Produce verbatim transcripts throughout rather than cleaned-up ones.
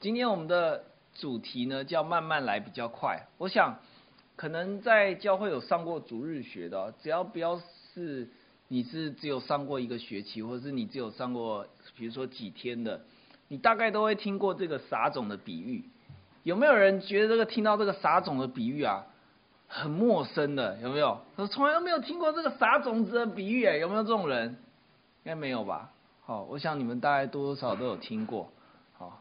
今天我们的主题呢叫慢慢来比较快。我想可能在教会有上过主日学的，只要不要是你是只有上过一个学期，或者是你只有上过比如说几天的，你大概都会听过这个撒种的比喻。有没有人觉得这个听到这个撒种的比喻啊很陌生的？有没有？我从来都没有听过这个撒种子的比喻，有没有这种人？应该没有吧。好，我想你们大概多多少少都有听过。好，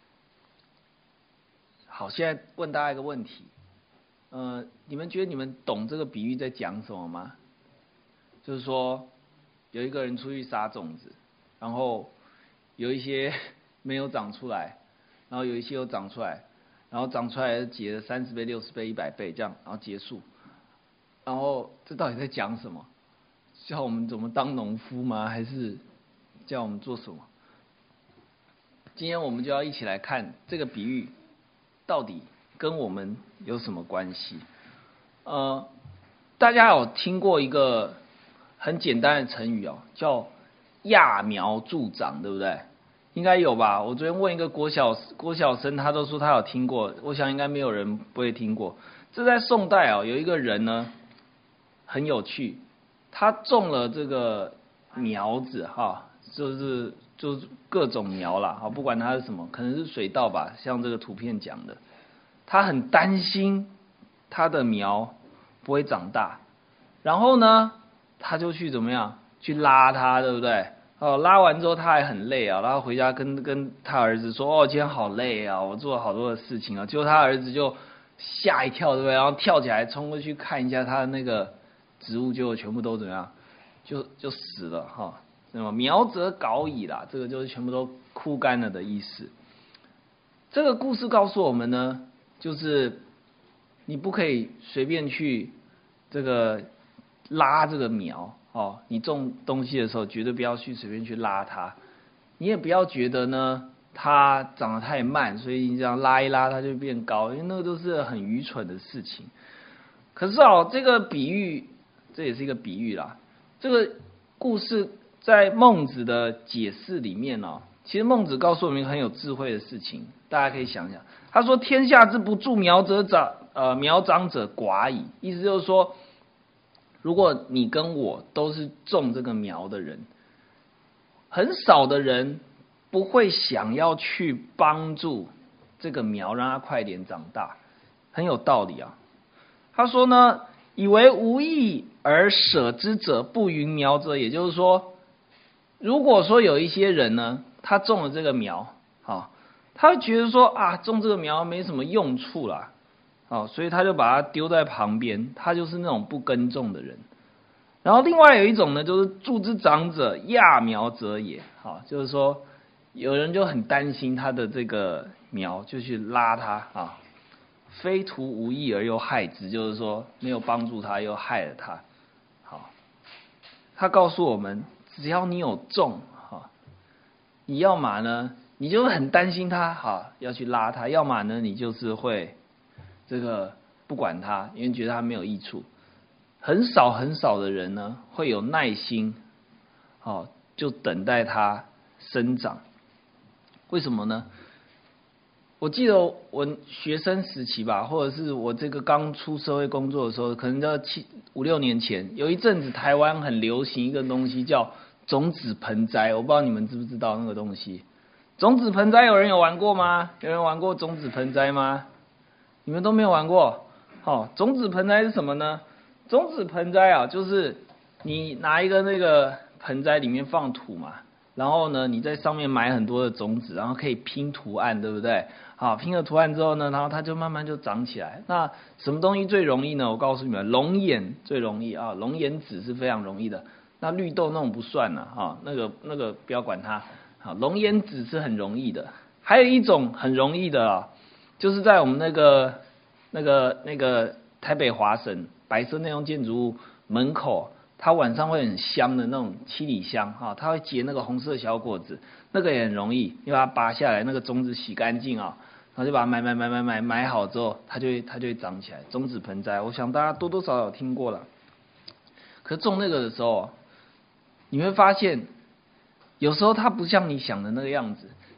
好，现在问大家一个问题，呃，你们觉得你们懂这个比喻在讲什么吗？就是说，有一个人出去撒种子，然后有一些没有长出来，然后有一些又长出来，然后长出来结了三十倍、六十倍、一百倍这样，然后结束。然后这到底在讲什么？叫我们怎么当农夫吗？还是叫我们做什么？今天我们就要一起来看这个比喻到底跟我们有什么关系。呃，大家有听过一个很简单的成语哦，叫揠苗助长，对不对？应该有吧？我昨天问一个国小国小生，他都说他有听过，我想应该没有人不会听过。这在宋代哦，有一个人呢很有趣，他种了这个苗子哈，就是就是各种苗啦，好，不管它是什么，可能是水稻吧，像这个图片讲的，他很担心他的苗不会长大，然后呢，他就去怎么样去拉它，对不对？哦，拉完之后他还很累啊，然后回家跟跟他儿子说，哦，今天好累啊，我做了好多的事情啊，结果他儿子就吓一跳，对不对？然后跳起来冲过去看一下他的那个植物，结果全部都怎么样，就就死了哈。那么苗则槁矣啦，这个就是全部都枯干了的意思。这个故事告诉我们呢，就是你不可以随便去这个拉这个苗哦，你种东西的时候绝对不要去随便去拉它，你也不要觉得呢它长得太慢，所以你这样拉一拉它就变高，因为那个都是很愚蠢的事情。可是哦，这个比喻这也是一个比喻啦，这个故事在孟子的解释里面哦，其实孟子告诉我们一个很有智慧的事情，大家可以想想。他说：“天下之不助苗者长，呃，苗长者寡矣。”意思就是说，如果你跟我都是种这个苗的人，很少的人不会想要去帮助这个苗，让它快点长大，很有道理啊。他说呢，以为无益而舍之者不云苗者，也就是说，如果说有一些人呢，他种了这个苗，好，他会觉得说啊，种这个苗没什么用处啦，好，所以他就把它丢在旁边，他就是那种不耕种的人。然后另外有一种呢，就是助之长者，揠苗者也，好，就是说有人就很担心他的这个苗，就去拉他啊。非图无益而又害之，就是说没有帮助他，又害了他。好，他告诉我们，只要你有种，哈，你要嘛呢，你就很担心他，哈，要去拉他；要么呢，你就是会这个不管他，因为觉得他没有益处。很少很少的人呢，会有耐心，好，就等待他生长。为什么呢？我记得我学生时期吧，或者是我这个刚出社会工作的时候，可能在七五六年前，有一阵子台湾很流行一个东西叫种子盆栽，我不知道你们知不知道那个东西。种子盆栽有人有玩过吗？有人玩过种子盆栽吗？你们都没有玩过？好、哦，种子盆栽是什么呢？种子盆栽啊，就是你拿一个那个盆栽里面放土嘛，然后呢，你在上面埋很多的种子，然后可以拼图案，对不对？好，拼了图案之后呢，然后它就慢慢就长起来。那什么东西最容易呢？我告诉你们，龙眼最容易啊，龙眼籽是非常容易的。那绿豆那种不算了哈，那个那个不要管它。好，龙眼籽是很容易的。还有一种很容易的啊，就是在我们那个那个那个台北华神白色那栋建筑物门口，它晚上会很香的那种七里香哈，它会结那个红色小果子，那个也很容易，你把它拔下来，那个种子洗干净啊，然后就把它埋埋埋埋埋埋好之后，它就会它就会长起来。种子盆栽，我想大家多多少少有听过了。可是种那个的时候，你会发现，有时候它不像你想的那个样子。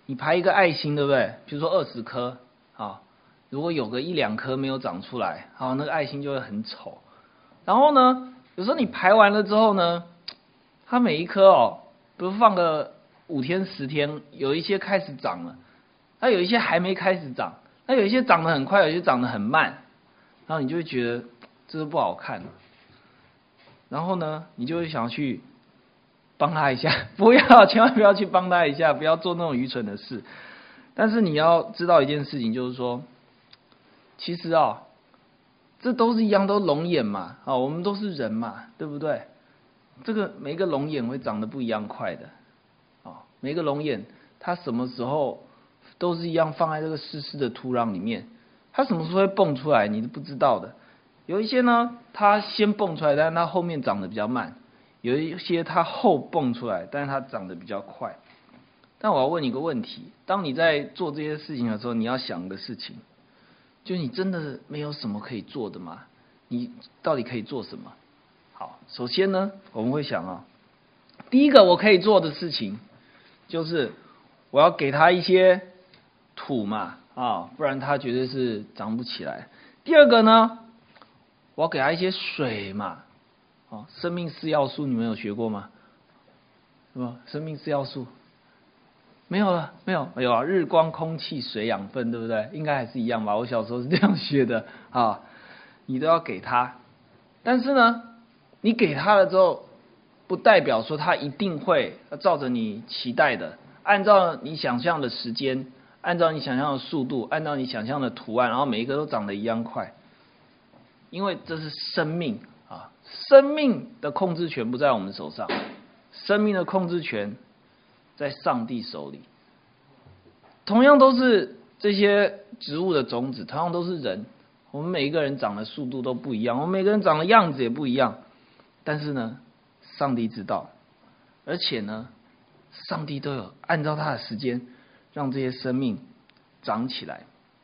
你排一个爱心，对不对？比如说二十颗，啊，如果有个一两颗没有长出来，好，那个爱心就会很丑。然后呢，有时候你排完了之后呢，它每一颗哦，比如放个五天十天，有一些开始长了，它有一些还没开始长，那有一些长得很快，有一些长得很慢，然后你就会觉得这是不好看，然后呢，你就会想要去帮他一下，不要，千万不要去帮他一下，不要做那种愚蠢的事。但是你要知道一件事情，就是说，其实啊、哦，这都是一样，都龙眼嘛，啊、哦，我们都是人嘛，对不对？这个每一个龙眼会长得不一样快的，啊、哦，每一个龙眼它什么时候都是一样放在这个湿湿的土壤里面，它什么时候会蹦出来，你是不知道的。有一些呢，它先蹦出来，但是它后面长得比较慢。有一些它后蹦出来，但是它长得比较快。但我要问你一个问题：当你在做这些事情的时候，你要想的事情，就是你真的没有什么可以做的吗？你到底可以做什么？好，首先呢，我们会想啊，第一个我可以做的事情，就是我要给它一些土嘛，啊，不然它绝对是长不起来。第二个呢，我要给它一些水嘛。哦，生命四要素你们有学过吗？是吧？生命四要素没有了，没有，没有啊！日光、空气、水、养分，对不对？应该还是一样吧？我小时候是这样学的啊。你都要给他，但是呢，你给他了之后，不代表说他一定会照着你期待的，按照你想象的时间，按照你想象的速度，按照你想象的图案，然后每一个都长得一样快，因为这是生命。啊，生命的控制权不在我们手上，生命的控制权在上帝手里。同样都是这些植物的种子，同样都是人，我们每一个人长的速度都不一样，我们每个人长的样子也不一样。但是呢，上帝知道，而且呢，上帝都有按照他的时间，让这些生命长起来。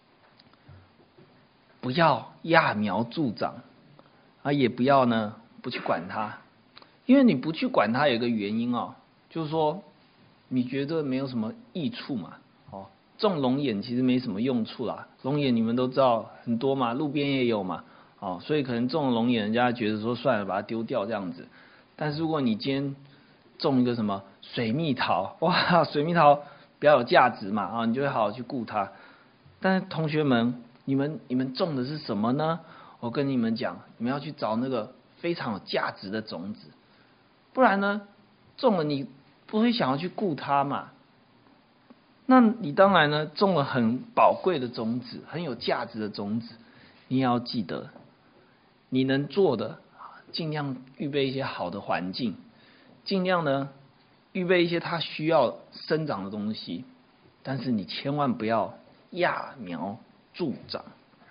不要揠苗助长。啊，也不要呢，不去管它，因为你不去管它有一个原因哦，就是说你觉得没有什么益处嘛，哦，种龙眼其实没什么用处啦，龙眼你们都知道很多嘛，路边也有嘛，哦，所以可能种龙眼，人家觉得说算了，把它丢掉这样子。但是如果你今天种一个什么水蜜桃，哇，水蜜桃比较有价值嘛，啊，你就会好好去顾它。但是同学们，你们你们种的是什么呢？我跟你们讲，你们要去找那个非常有价值的种子，不然呢，种了你不会想要去顾它嘛。那你当然呢，种了很宝贵的种子，很有价值的种子，你也要记得，你能做的，尽量预备一些好的环境，尽量呢预备一些它需要生长的东西，但是你千万不要揠苗助长。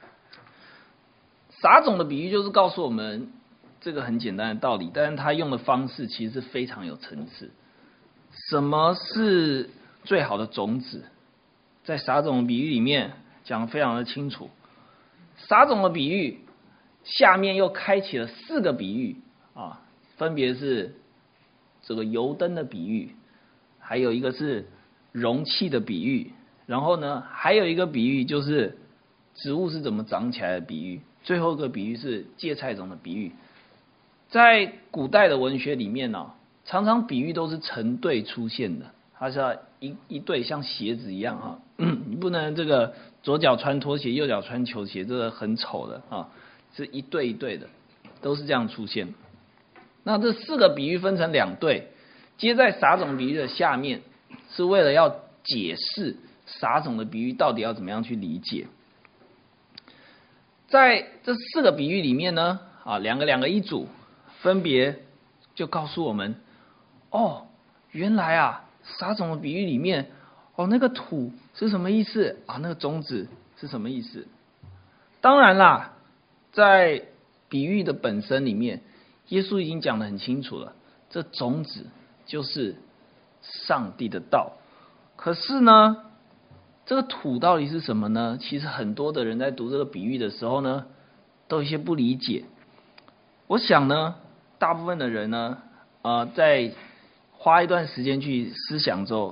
撒种的比喻就是告诉我们这个很简单的道理，但是他用的方式其实是非常有层次。什么是最好的种子？在撒种的比喻里面讲得非常的清楚。撒种的比喻下面又开启了四个比喻啊，分别是这个油灯的比喻，还有一个是容器的比喻，然后呢还有一个比喻就是植物是怎么长起来的比喻。最后一个比喻是芥菜种的比喻。在古代的文学里面呢、哦，常常比喻都是成对出现的，它是要一一对像鞋子一样啊，你不能这个左脚穿拖鞋，右脚穿球鞋，这个很丑的啊，是一对一对的，都是这样出现。那这四个比喻分成两对，接在撒种比喻的下面，是为了要解释撒种的比喻到底要怎么样去理解。在这四个比喻里面呢，啊，两个两个一组，分别就告诉我们，哦，原来啊，撒种的比喻里面，哦，那个土是什么意思啊？那个种子是什么意思？当然啦，在比喻的本身里面，耶稣已经讲得很清楚了，这种子就是上帝的道。可是呢，这个土到底是什么呢？其实很多的人在读这个比喻的时候呢，都有一些不理解。我想呢，大部分的人呢，呃，在花一段时间去思想之后，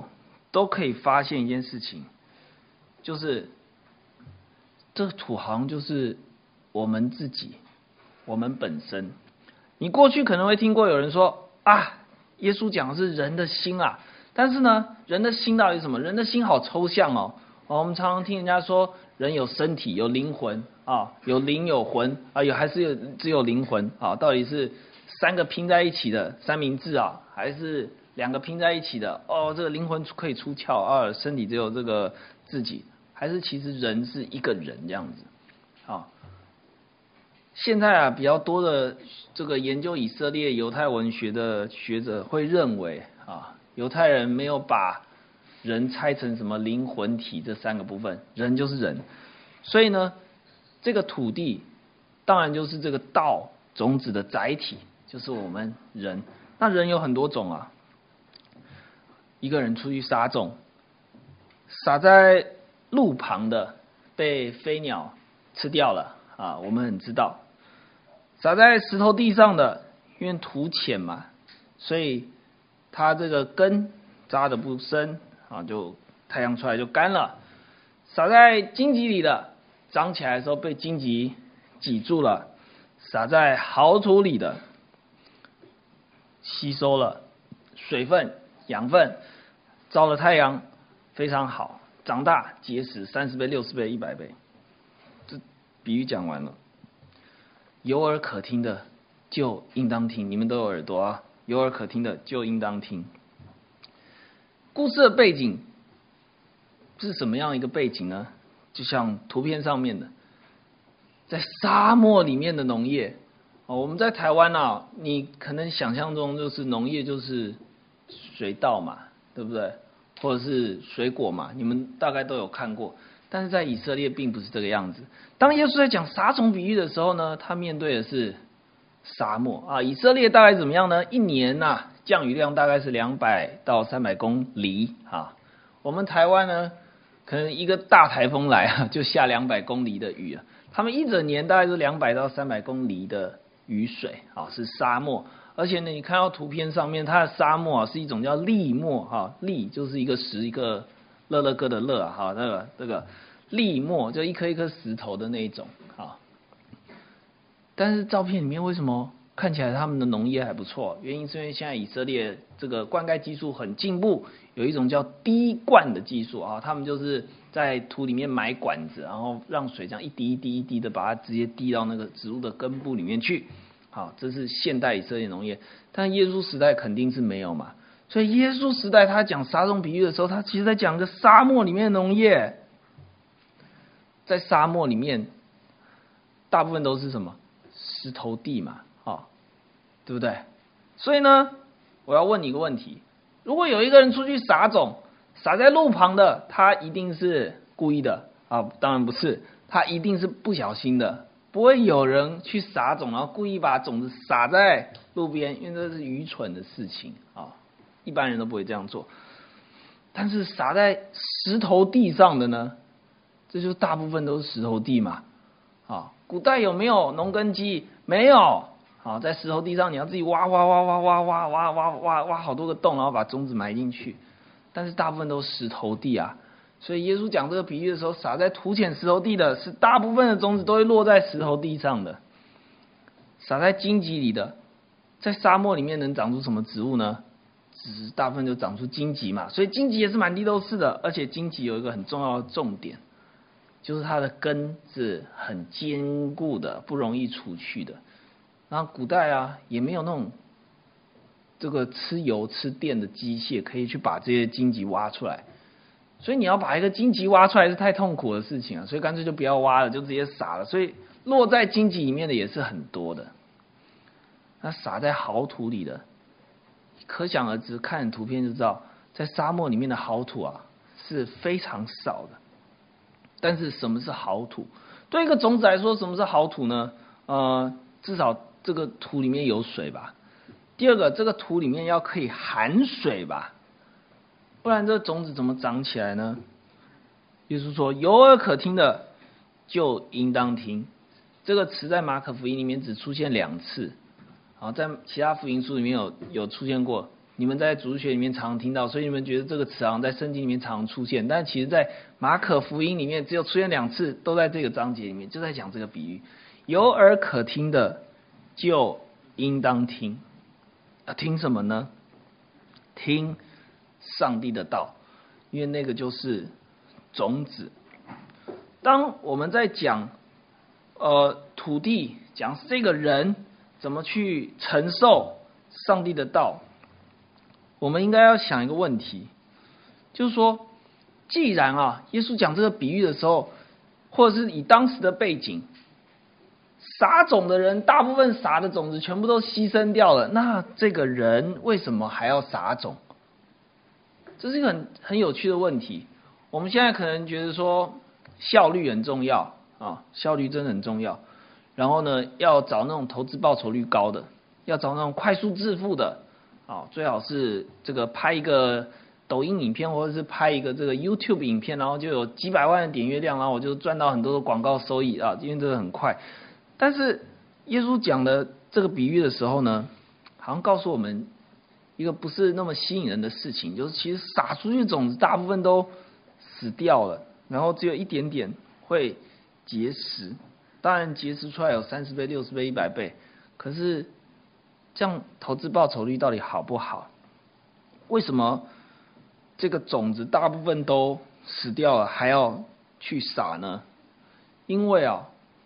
都可以发现一件事情，就是这个土好像就是我们自己，我们本身。你过去可能会听过有人说啊，耶稣讲的是人的心啊，但是呢，人的心到底是什么？人的心好抽象哦。哦我们常常听人家说，人有身体，有灵魂啊，有灵有魂啊，有还是有只有灵魂啊？到底是三个拼在一起的三明治啊，还是两个拼在一起的？哦，这个灵魂可以出窍啊，身体只有这个自己，还是其实人是一个人这样子？啊，现在啊比较多的这个研究以色列犹太文学的学者会认为啊，犹太人没有把人拆成什么灵魂体这三个部分，人就是人，所以呢，这个土地当然就是这个道种子的载体，就是我们人。那人有很多种啊，一个人出去撒种，撒在路旁的被飞鸟吃掉了啊，我们很知道。撒在石头地上的，因为土浅嘛，所以它这个根扎的不深啊，就太阳出来就干了。撒在荆棘里的，长起来的时候被荆棘挤住了。撒在好土里的，吸收了水分、养分，照了太阳，非常好，长大结实，三十倍、六十倍、一百倍。这比喻讲完了。有耳可听的就应当听，你们都有耳朵啊，有耳可听的就应当听。故事的背景是什么样一个背景呢？就像图片上面的，在沙漠里面的农业。哦，我们在台湾啊，你可能想象中就是农业就是水稻嘛，对不对？或者是水果嘛，你们大概都有看过。但是在以色列并不是这个样子。当耶稣在讲撒种比喻的时候呢，他面对的是沙漠啊。以色列大概怎么样呢？一年呐、啊，降雨量大概是两百到三百公厘啊。我们台湾呢，可能一个大台风来啊，就下两百公里的雨啊。他们一整年大概是两百到三百公里的雨水啊，是沙漠。而且呢，你看到图片上面，它的沙漠啊是一种叫砾漠哈，砾就是一个石一个乐乐哥的乐啊，哈，那个这个砾漠就一颗一颗石头的那一种啊。但是照片里面为什么看起来他们的农业还不错？原因是因为现在以色列这个灌溉技术很进步，有一种叫滴灌的技术啊，他们就是在土里面埋管子，然后让水这样一滴一滴一滴的把它直接滴到那个植物的根部里面去。好，这是现代以色列农业，但耶稣时代肯定是没有嘛。所以耶稣时代他讲撒种比喻的时候，他其实在讲个沙漠里面的农业。在沙漠里面，大部分都是什么石头地嘛，哦，对不对？所以呢，我要问你一个问题：如果有一个人出去撒种，撒在路旁的，他一定是故意的啊？当然不是，他一定是不小心的。不会有人去撒种，然后故意把种子撒在路边，因为这是愚蠢的事情啊，一般人都不会这样做。但是撒在石头地上的呢，这就大部分都是石头地嘛。啊，古代有没有农耕机？没有。好，在石头地上你要自己挖挖挖挖挖挖挖挖挖挖好多个洞，然后把种子埋进去。但是大部分都是石头地啊。所以耶稣讲这个比喻的时候，撒在土浅石头地的是大部分的种子都会落在石头地上的。撒在荆棘里的，在沙漠里面能长出什么植物呢？只大部分就长出荆棘嘛。所以荆棘也是满地都是的，而且荆棘有一个很重要的重点，就是它的根是很坚固的，不容易除去的。然后古代啊，也没有那种这个吃油吃电的机械可以去把这些荆棘挖出来。所以你要把一个荆棘挖出来是太痛苦的事情啊，所以干脆就不要挖了，就直接撒了。所以落在荆棘里面的也是很多的，那撒在好土里的，可想而知，看图片就知道，在沙漠里面的好土啊是非常少的。但是什么是好土？对一个种子来说，什么是好土呢？呃，至少这个土里面有水吧。第二个，这个土里面要可以含水吧。不然这种子怎么长起来呢？耶稣说：“有耳可听的，就应当听。”这个词在马可福音里面只出现两次，好，在其他福音书里面有有出现过。 你们在主日学里面常常听到，所以你们觉得这个词好像在圣经里面常常出现，但其实在马可福音里面只有出现两次，都在这个章节里面，就在讲这个比喻。有耳可听的就应当听，啊，听什么呢？听上帝的道，因为那个就是种子。当我们在讲呃土地，讲这个人怎么去承受上帝的道，我们应该要想一个问题，就是说，既然啊，耶稣讲这个比喻的时候，或者是以当时的背景，撒种的人大部分撒的种子全部都牺牲掉了，那这个人为什么还要撒种？这是一个很很有趣的问题。我们现在可能觉得说效率很重要啊，效率真的很重要。然后呢，要找那种投资报酬率高的，要找那种快速致富的，啊，最好是这个拍一个抖音影片，或者是拍一个这个 YouTube 影片，然后就有几百万的点阅量，然后我就赚到很多的广告收益啊，因为这个很快。但是耶稣讲的这个比喻的时候呢，好像告诉我们一个不是那么吸引人的事情，就是其实撒出去的种子大部分都死掉了，然后只有一点点会结实。当然结实出来有三十倍、六十倍、一百倍，可是这样投资报酬率到底好不好？为什么这个种子大部分都死掉了，还要去撒呢？因为啊，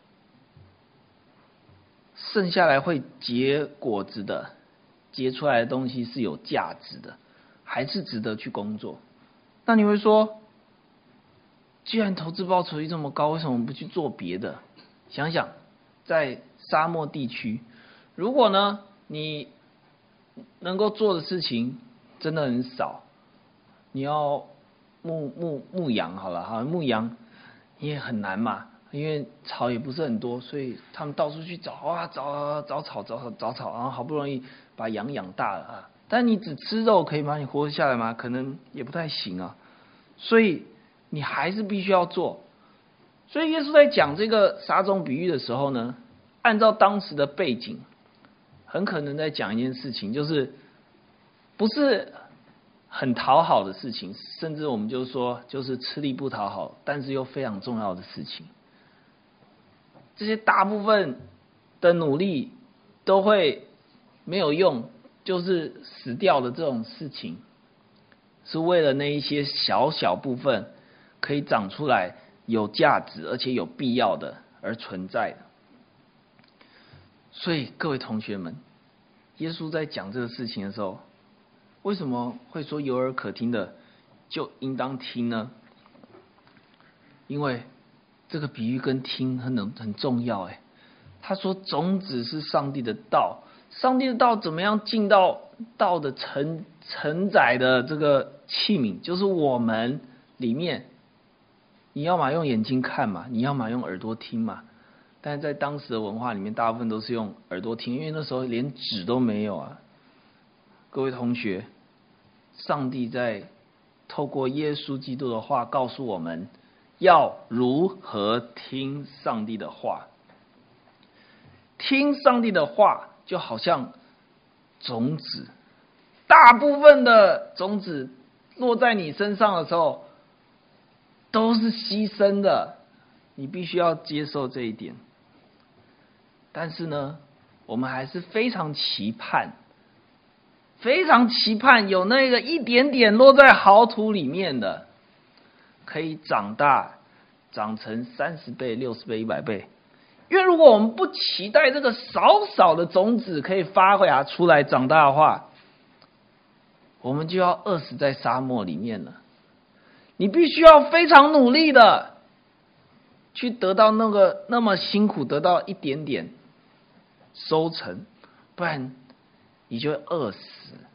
剩下来会结果子的，结出来的东西是有价值的，还是值得去工作。那你会说，既然投资报酬率这么高，为什么不去做别的？想想，在沙漠地区，如果呢你能够做的事情真的很少，你要牧牧牧羊好了哈，牧羊也很难嘛，因为草也不是很多，所以他们到处去找啊找找草找草找草，然后好不容易把羊养大了啊。但你只吃肉可以把你活下来吗？可能也不太行啊，所以你还是必须要做。所以耶稣在讲这个撒种比喻的时候呢，按照当时的背景，很可能在讲一件事情，就是不是很讨好的事情，甚至我们就说就是吃力不讨好，但是又非常重要的事情。这些大部分的努力都会没有用，就是死掉的这种事情，是为了那一些小小部分可以长出来有价值而且有必要的而存在的。所以各位同学们，耶稣在讲这个事情的时候，为什么会说有耳可听的就应当听呢？因为这个比喻跟听很很重要。哎，他说种子是上帝的道，上帝的道怎么样进到道的承承载的这个器皿，就是我们里面。你要嘛用眼睛看嘛，你要嘛用耳朵听嘛。但是在当时的文化里面，大部分都是用耳朵听，因为那时候连纸都没有啊。各位同学，上帝在透过耶稣基督的话告诉我们，要如何听上帝的话。听上帝的话，就好像种子，大部分的种子落在你身上的时候，都是牺牲的，你必须要接受这一点。但是呢，我们还是非常期盼，非常期盼有那个一点点落在好土里面的，可以长大，长成三十倍、六十倍、一百倍。因为如果我们不期待这个少少的种子可以发芽出来长大的话，我们就要饿死在沙漠里面了。你必须要非常努力的去得到那个那么辛苦得到一点点收成，不然你就会饿死。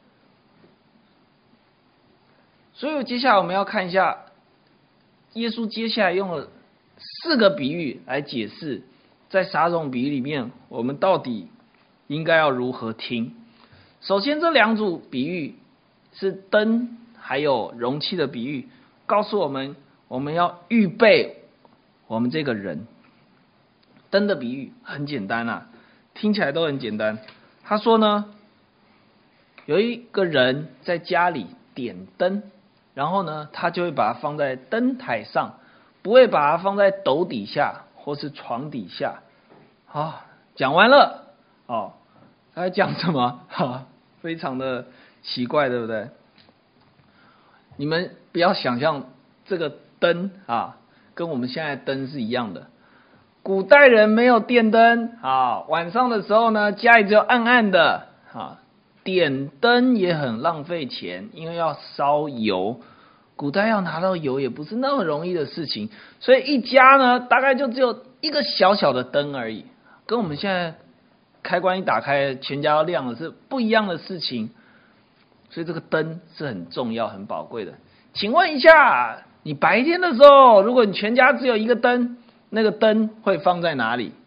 所以接下来我们要看一下耶稣接下来用了四个比喻来解释，在撒种比喻里面我们到底应该要如何听。首先这两组比喻是灯还有容器的比喻，告诉我们我们要预备我们这个人。灯的比喻很简单啊，听起来都很简单。他说呢， 有一个人在家里点灯，然后呢，他就会把它放在灯台上，不会把它放在斗底下或是床底下。好，讲完了。哦，他在讲什么？哈，非常的奇怪，对不对？你们不要想象这个灯啊，跟我们现在灯是一样的。古代人没有电灯啊，晚上的时候呢，家里只有暗暗的啊，点灯也很浪费钱，因为要烧油。古代要拿到油也不是那么容易的事情，所以一家呢，大概就只有一个小小的灯而已，跟我们现在开关一打开，全家要亮的是不一样的事情。所以这个灯是很重要、很宝贵的。请问一下，你白天的时候，如果你全家只有一个灯，那个灯会放在哪里？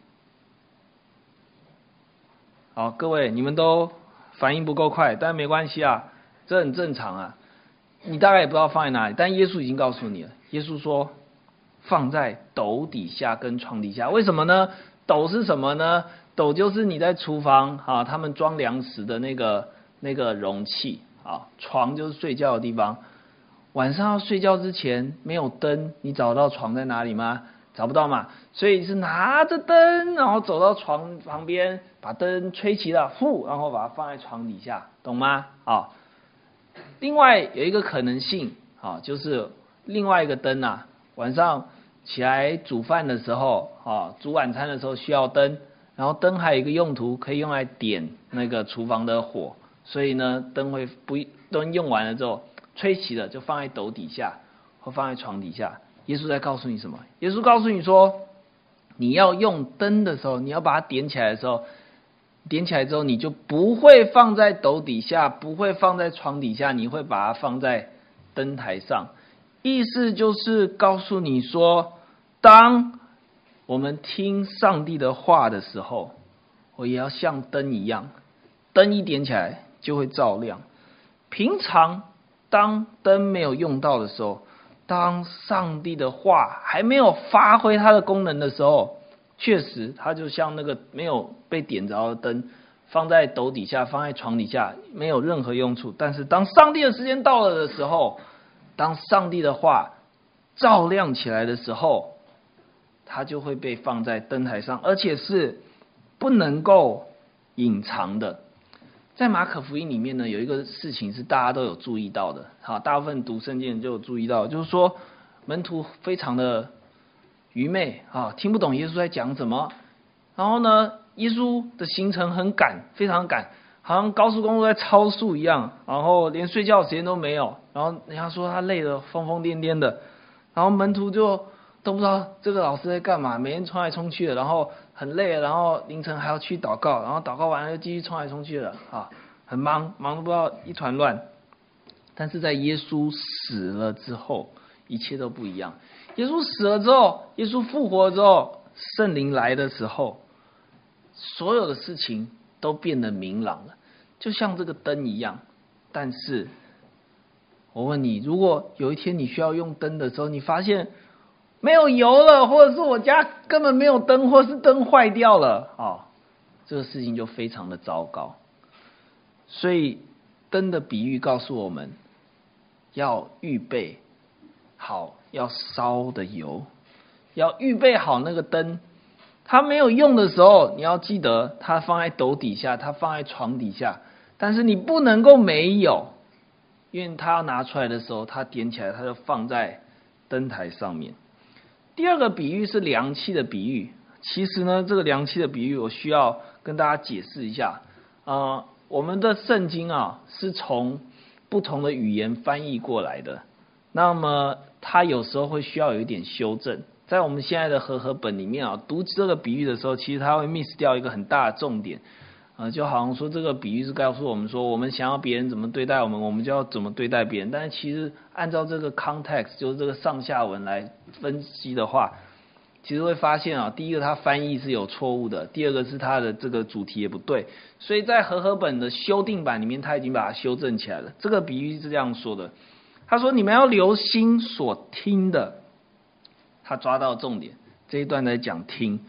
好，各位，你们都反应不够快，但没关系啊，这很正常啊。你大概也不知道放在哪里，但耶稣已经告诉你了。耶稣说，放在斗底下跟床底下。为什么呢？斗是什么呢？斗就是你在厨房啊，他们装粮食的那个那个容器啊。床就是睡觉的地方。晚上要睡觉之前没有灯，你找到床在哪里吗？找不到嘛。所以是拿着灯，然后走到床旁边，把灯吹齐了，呼，然后把它放在床底下，懂吗？啊。另外有一个可能性啊，就是另外一个灯啊，晚上起来煮饭的时候啊，煮晚餐的时候需要灯，然后灯还有一个用途，可以用来点那个厨房的火，所以呢，灯会不灯用完了之后，吹齐了就放在斗底下或放在床底下。耶稣在告诉你什么？耶稣告诉你说，你要用灯的时候，你要把它点起来的时候。点起来之后，你就不会放在斗底下，不会放在床底下，你会把它放在灯台上。意思就是告诉你说，当我们听上帝的话的时候，我也要像灯一样，灯一点起来就会照亮。平常当灯没有用到的时候，当上帝的话还没有发挥它的功能的时候，确实，它就像那个没有被点着的灯，放在斗底下，放在床底下，没有任何用处。但是当上帝的时间到了的时候，当上帝的话照亮起来的时候，它就会被放在灯台上，而且是不能够隐藏的。在马可福音里面呢，有一个事情是大家都有注意到的，好，大部分读圣经人就有注意到，就是说门徒非常的愚昧啊，听不懂耶稣在讲什么。然后呢，耶稣的行程很赶，非常赶，好像高速公路在超速一样，然后连睡觉时间都没有。然后人家说他累得疯疯癫癫的，然后门徒就都不知道这个老师在干嘛，每天冲来冲去的，然后很累，然后凌晨还要去祷告，然后祷告完了又继续冲来冲去的啊，很忙，忙得不知道一团乱。但是在耶稣死了之后，一切都不一样。耶稣死了之后，耶稣复活之后，圣灵来的时候，所有的事情都变得明朗了，就像这个灯一样。但是我问你，如果有一天你需要用灯的时候，你发现没有油了，或者是我家根本没有灯，或是灯坏掉了，哦，这个事情就非常的糟糕。所以灯的比喻告诉我们，要预备好要烧的油，要预备好那个灯。它没有用的时候，你要记得它放在斗底下，它放在床底下，但是你不能够没有，因为它要拿出来的时候，它点起来，它就放在灯台上面。第二个比喻是凉气的比喻。其实呢，这个凉气的比喻我需要跟大家解释一下。呃，我们的圣经啊，是从不同的语言翻译过来的，那么它有时候会需要有一点修正。在我们现在的和合本里面啊，读这个比喻的时候，其实它会 miss 掉一个很大的重点。呃，就好像说这个比喻是告诉我们说，我们想要别人怎么对待我们，我们就要怎么对待别人。但是其实按照这个 context， 就是这个上下文来分析的话，其实会发现啊，第一个它翻译是有错误的，第二个是它的这个主题也不对。所以在和合本的修订版里面，它已经把它修正起来了。这个比喻是这样说的，他说你们要留心所听的。他抓到重点，这一段在讲听。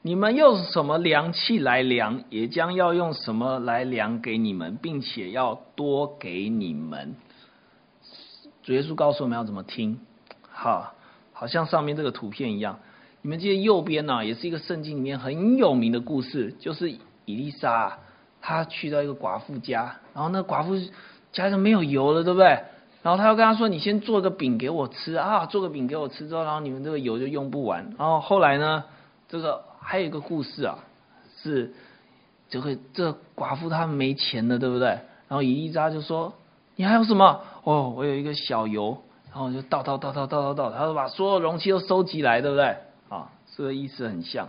你们用什么量器来量，也将要用什么来量给你们，并且要多给你们。主耶稣告诉我们要怎么听，好，好像上面这个图片一样。你们记得右边呢、啊，也是一个圣经里面很有名的故事，就是以利沙，他去到一个寡妇家，然后那寡妇家里没有油了，对不对？然后他又跟他说：“你先做个饼给我吃啊，做个饼给我吃之后，然后你们这个油就用不完。”然后后来呢，这个还有一个故事啊，是这个这个寡妇她没钱了，对不对？然后以利沙就说：“你还有什么？哦，我有一个小油。”然后就倒倒倒倒倒倒倒，他就把所有容器都收集来，对不对？啊，这个意思很像。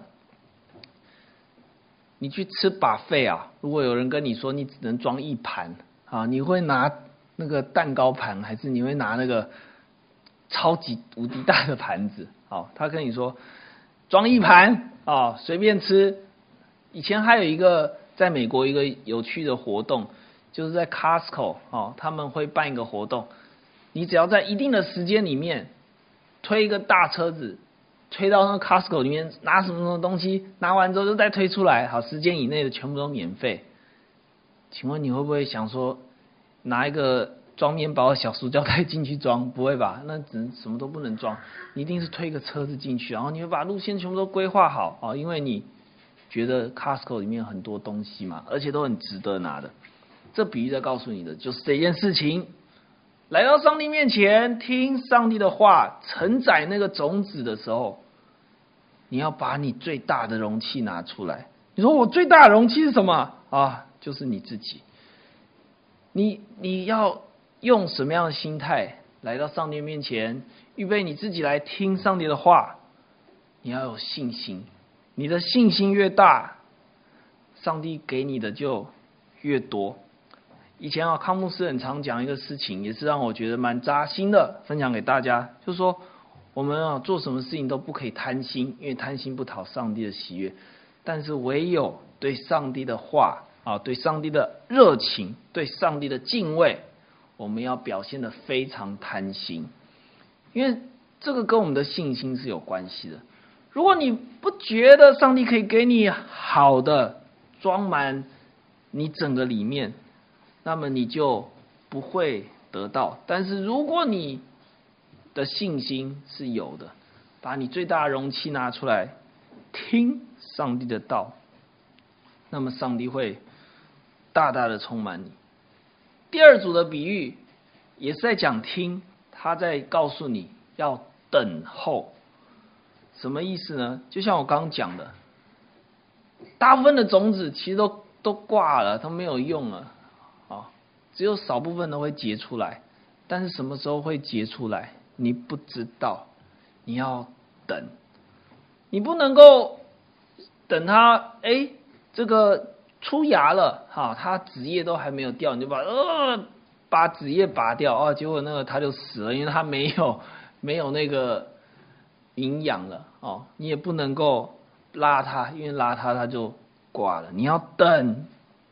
你去吃buffet啊，如果有人跟你说你只能装一盘啊，你会拿那个蛋糕盘，还是你会拿那个超级无敌大的盘子？好，他跟你说装一盘啊，随便吃。以前还有一个在美国一个有趣的活动，就是在 Costco 哦，他们会办一个活动，你只要在一定的时间里面推一个大车子，推到那个 Costco 里面，拿什么什么东西，拿完之后就再推出来，好，时间以内的全部都免费。请问你会不会想说，拿一个装面包的小塑胶袋进去装？不会吧？那只什么都不能装，你一定是推个车子进去，然后你会把路线全部都规划好啊，因为你觉得 Costco 里面很多东西嘛，而且都很值得拿的。这比喻在告诉你的就是这件事情。来到上帝面前，听上帝的话，承载那个种子的时候，你要把你最大的容器拿出来。你说我最大的容器是什么啊？就是你自己。你你要用什么样的心态来到上帝面前，预备你自己来听上帝的话？你要有信心，你的信心越大，上帝给你的就越多。以前啊，康牧师很常讲一个事情，也是让我觉得蛮扎心的，分享给大家，就是说我们啊做什么事情都不可以贪心，因为贪心不讨上帝的喜悦。但是唯有对上帝的话啊，对上帝的热情，对上帝的敬畏，我们要表现得非常贪心，因为这个跟我们的信心是有关系的。如果你不觉得上帝可以给你好的装满你整个里面，那么你就不会得到。但是如果你的信心是有的，把你最大的容器拿出来，听上帝的道，那么上帝会大大的充满你。第二组的比喻也是在讲听，他在告诉你要等候。什么意思呢？就像我刚刚讲的，大部分的种子其实都都挂了，都没有用了。只有少部分都会结出来，但是什么时候会结出来，你不知道，你要等，你不能够等它，哎，这个出芽了，哈，它籽叶都还没有掉，你就把呃把籽叶拔掉啊，结果那个它就死了，因为它没有没有那个营养了哦，你也不能够拉它，因为拉它它就挂了，你要等。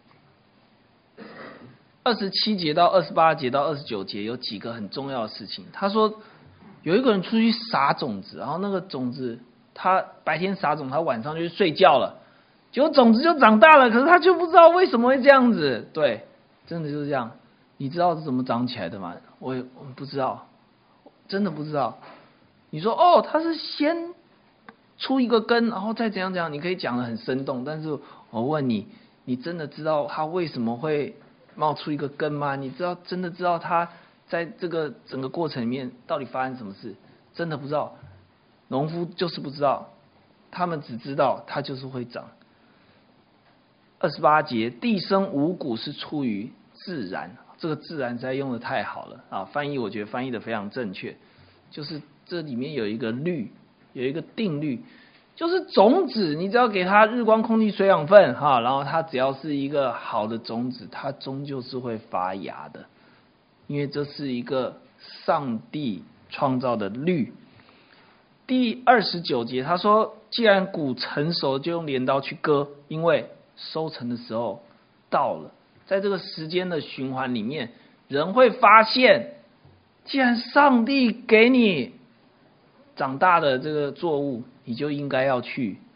二十七节到二十八节到二十九节有几个很重要的事情。他说有一个人出去撒种子，然后那个种子他白天撒种，他晚上就去睡觉了，结果种子就长大了，可是他就不知道为什么会这样子。对，真的就是这样。你知道是怎么长起来的吗？我也我不知道，真的不知道。你说哦，他是先出一个根，然后再怎样怎样，你可以讲得很生动，但是我问你，你真的知道他为什么会冒出一个根吗？你知道真的知道他在这个整个过程里面到底发生什么事？真的不知道。农夫就是不知道，他们只知道它就是会长。二十八节，地生五谷是出于自然，这个自然实在用的太好了啊！翻译我觉得翻译的非常正确，就是这里面有一个律，有一个定律。就是种子，你只要给它日光、空气、水、养分，哈，然后它只要是一个好的种子，它终究是会发芽的，因为这是一个上帝创造的律。第二十九节他说，既然谷成熟，就用镰刀去割，因为收成的时候到了。在这个时间的循环里面，人会发现，既然上帝给你长大的这个作物，你就应该要去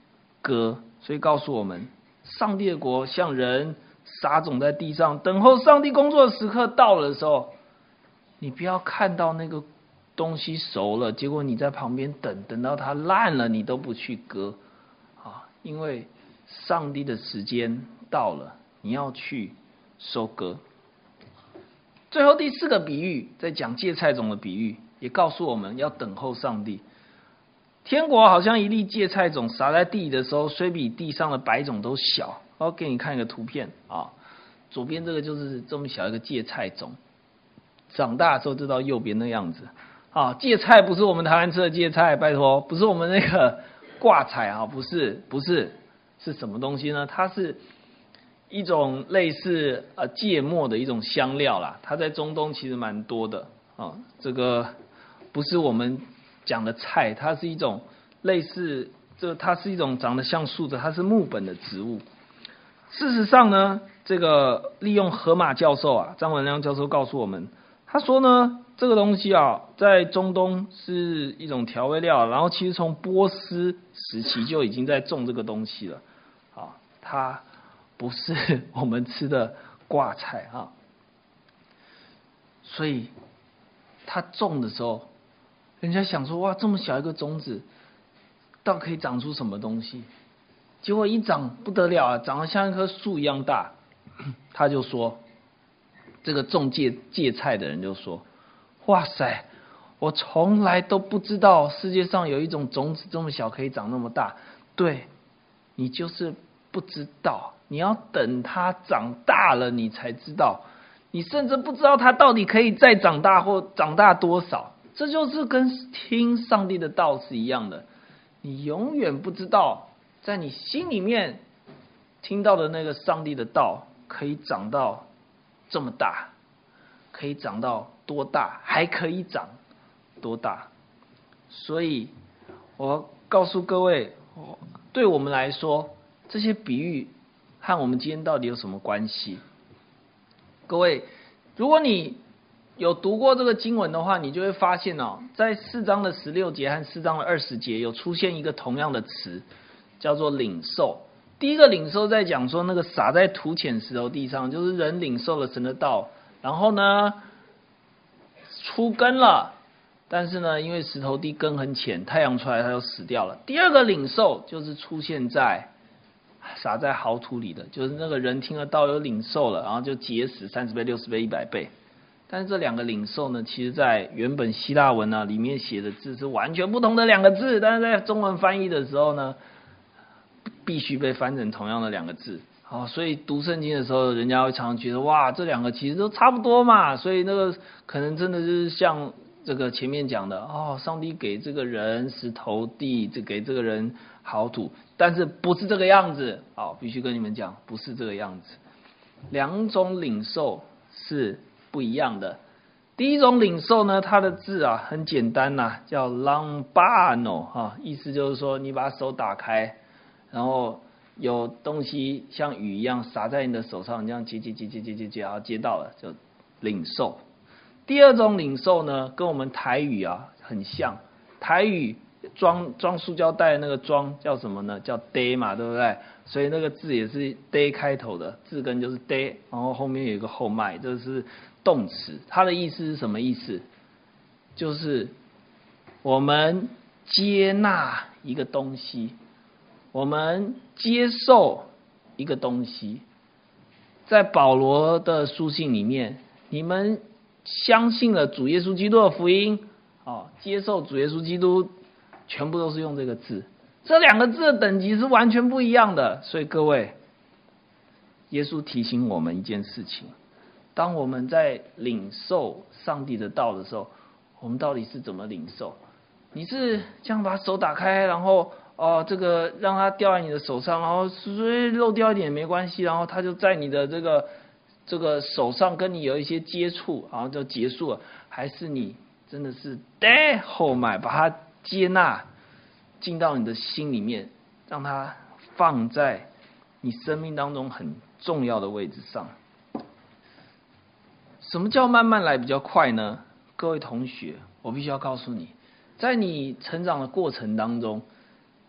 割。所以告诉我们，上帝的国像人撒种在地上，等候上帝工作的时刻到了的时候，你不要看到那个东西熟了，结果你在旁边等，等到它烂了，你都不去割啊！因为上帝的时间到了，你要去收割。最后第四个比喻，在讲芥菜种的比喻，也告诉我们要等候上帝。天国好像一粒芥菜种撒在地里的时候，虽比地上的白种都小。我给你看一个图片啊，左边这个就是这么小一个芥菜种，长大的时候就到右边那样子啊。芥菜不是我们台湾吃的芥菜，拜托，不是我们那个挂菜啊，不是，不是，是什么东西呢？它是一种类似呃芥末的一种香料啦，它在中东其实蛮多的啊。这个不是我们讲的菜，它是一种类似，这它是一种长得像树的，它是木本的植物。事实上呢，这个利用河马教授啊，张文亮教授告诉我们，他说呢，这个东西啊，在中东是一种调味料，然后其实从波斯时期就已经在种这个东西了，啊，它不是我们吃的挂菜啊，所以它种的时候，人家想说，哇，这么小一个种子，到底可以长出什么东西？结果一长不得了啊，长得像一棵树一样大。他就说，这个种芥芥菜的人就说，哇塞，我从来都不知道世界上有一种种子这么小可以长那么大。对，你就是不知道，你要等它长大了你才知道，你甚至不知道它到底可以再长大或长大多少。这就是跟听上帝的道是一样的，你永远不知道在你心里面听到的那个上帝的道可以长到这么大，可以长到多大，还可以长多大。所以我告诉各位，对我们来说，这些比喻和我们今天到底有什么关系？各位，如果你有读过这个经文的话，你就会发现哦，在四章的十六节和四章的二十节有出现一个同样的词，叫做领受。第一个领受在讲说，那个撒在土浅石头地上，就是人领受了神的道，然后呢出根了，但是呢因为石头地根很浅，太阳出来它就死掉了。第二个领受就是出现在撒在好土里的，就是那个人听了道有领受了，然后就结实三十倍、六十倍、一百倍。但是这两个领受呢，其实在原本希腊文啊里面写的字是完全不同的两个字，但是在中文翻译的时候呢，必须被翻成同样的两个字。好，所以读圣经的时候，人家会常常觉得，哇，这两个其实都差不多嘛，所以那个可能真的就是像这个前面讲的，哦，上帝给这个人石头地，这给这个人好土，但是不是这个样子。好，必须跟你们讲，不是这个样子。两种领受是不一样的。第一种领受呢，它的字啊很简单呐、啊，叫 lambano 哈，意思就是说你把手打开，然后有东西像雨一样洒在你的手上，你这样接接接接接接接，然后接到了就领受。第二种领受呢，跟我们台语啊很像，台语装装塑胶袋的那个装叫什么呢？叫 day 嘛，对不对？所以那个字也是 day 开头的，字根就是 day， 然后后面有一个后麦，这是动词。它的意思是什么意思？就是我们接纳一个东西，我们接受一个东西。在保罗的书信里面，你们相信了主耶稣基督的福音，哦，接受主耶稣基督，全部都是用这个字。这两个字的等级是完全不一样的。所以各位，耶稣提醒我们一件事情：当我们在领受上帝的道的时候，我们到底是怎么领受？你是这样把手打开，然后哦，这个让它掉在你的手上，然后随漏掉一点也没关系，然后它就在你的这个这个手上跟你有一些接触，然后就结束了？还是你真的是带后买把它接纳进到你的心里面，让它放在你生命当中很重要的位置上？什么叫慢慢来比较快呢？各位同学，我必须要告诉你，在你成长的过程当中，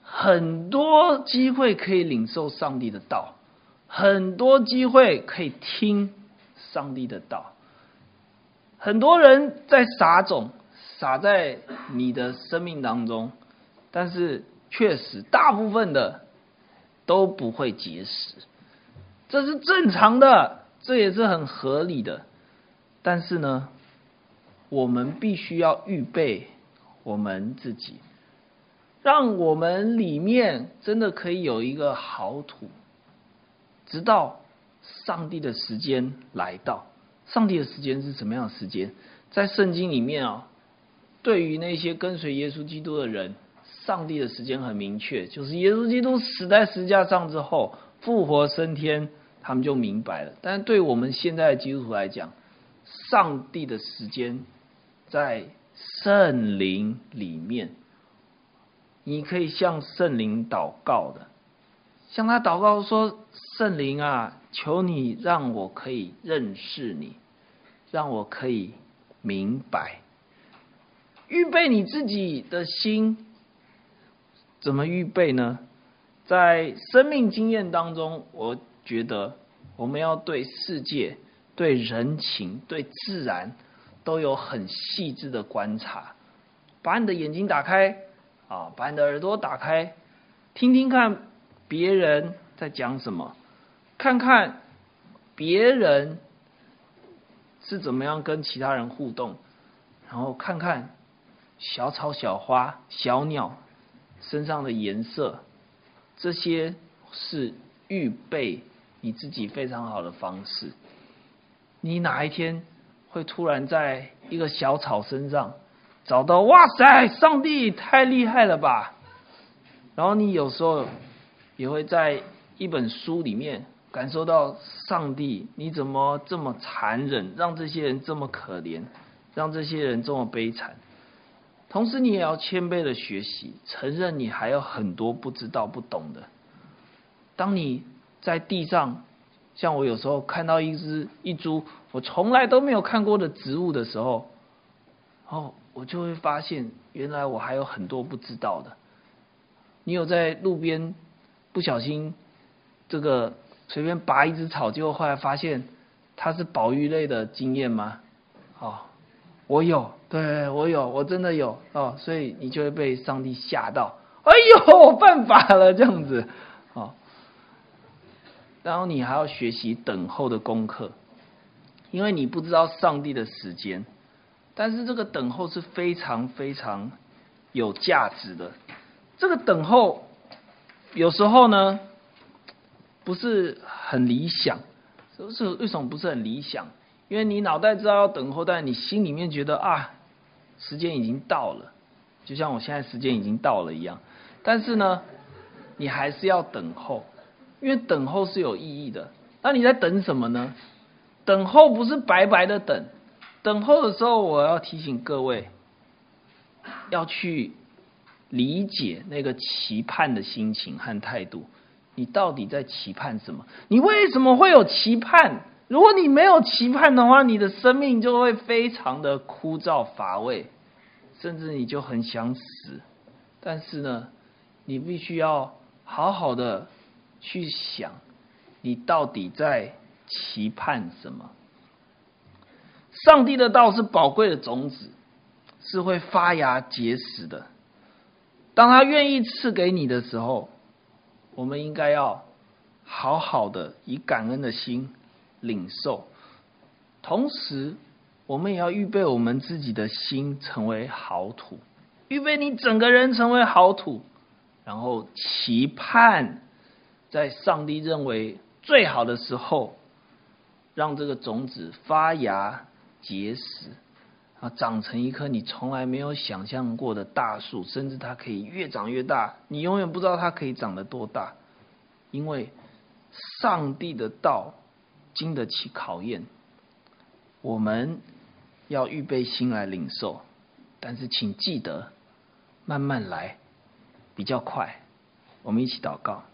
很多机会可以领受上帝的道，很多机会可以听上帝的道。很多人在撒种，撒在你的生命当中，但是确实大部分的都不会结实，这是正常的，这也是很合理的。但是呢，我们必须要预备我们自己，让我们里面真的可以有一个好土，直到上帝的时间来到。上帝的时间是什么样的时间？在圣经里面啊，对于那些跟随耶稣基督的人，上帝的时间很明确，就是耶稣基督死在十字架上之后复活升天，他们就明白了。但是对我们现在的基督徒来讲，上帝的时间在圣灵里面，你可以向圣灵祷告的，向他祷告说，圣灵啊，求你让我可以认识你，让我可以明白。预备你自己的心，怎么预备呢？在生命经验当中，我觉得我们要对世界、对人情、对自然都有很细致的观察。把你的眼睛打开啊，把你的耳朵打开，听听看别人在讲什么，看看别人是怎么样跟其他人互动，然后看看小草、小花、小鸟身上的颜色，这些是预备你自己非常好的方式。你哪一天会突然在一个小草身上找到，哇塞，上帝太厉害了吧？然后你有时候也会在一本书里面感受到，上帝你怎么这么残忍，让这些人这么可怜，让这些人这么悲惨。同时你也要谦卑的学习，承认你还有很多不知道不懂的。当你在地上，像我有时候看到一只一株我从来都没有看过的植物的时候，哦，我就会发现原来我还有很多不知道的。你有在路边不小心这个随便拔一只草，结果后来发现它是保育类的经验吗？哦，我有，对，我有，我真的有哦，所以你就会被上帝吓到，哎呦，我犯法了这样子哦。然后你还要学习等候的功课，因为你不知道上帝的时间，但是这个等候是非常非常有价值的。这个等候有时候呢不是很理想，是为什么不是很理想？因为你脑袋知道要等候，但你心里面觉得啊，时间已经到了，就像我现在时间已经到了一样。但是呢，你还是要等候，因为等候是有意义的。那你在等什么呢？等候不是白白的等，等候的时候，我要提醒各位，要去理解那个期盼的心情和态度。你到底在期盼什么？你为什么会有期盼？如果你没有期盼的话，你的生命就会非常的枯燥乏味，甚至你就很想死。但是呢，你必须要好好的去想，你到底在期盼什么？上帝的道是宝贵的种子，是会发芽结实的。当他愿意赐给你的时候，我们应该要好好的以感恩的心领受，同时我们也要预备我们自己的心成为好土，预备你整个人成为好土，然后期盼在上帝认为最好的时候，让这个种子发芽结实，啊，长成一棵你从来没有想象过的大树，甚至它可以越长越大，你永远不知道它可以长得多大。因为上帝的道经得起考验，我们要预备心来领受，但是请记得慢慢来，比较快。我们一起祷告。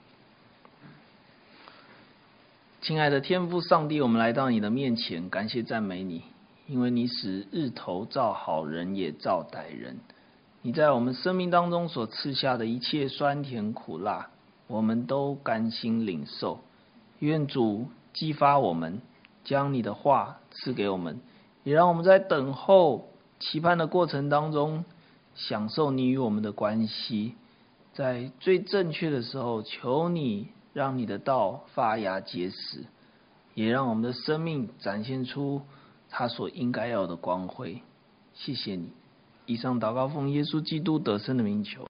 亲爱的天父上帝，我们来到你的面前，感谢赞美你，因为你使日头照好人也照歹人， 你在我们生命当中所赐下的一切酸甜苦辣，我们都甘心领受。愿主激发我们，将你的话赐给我们，也让我们在等候期盼的过程当中，享受你与我们的关系。在最正确的时候，求你让你的道发芽结实，也让我们的生命展现出他所应该要的光辉。谢谢你。以上祷告奉耶稣基督得胜的名求。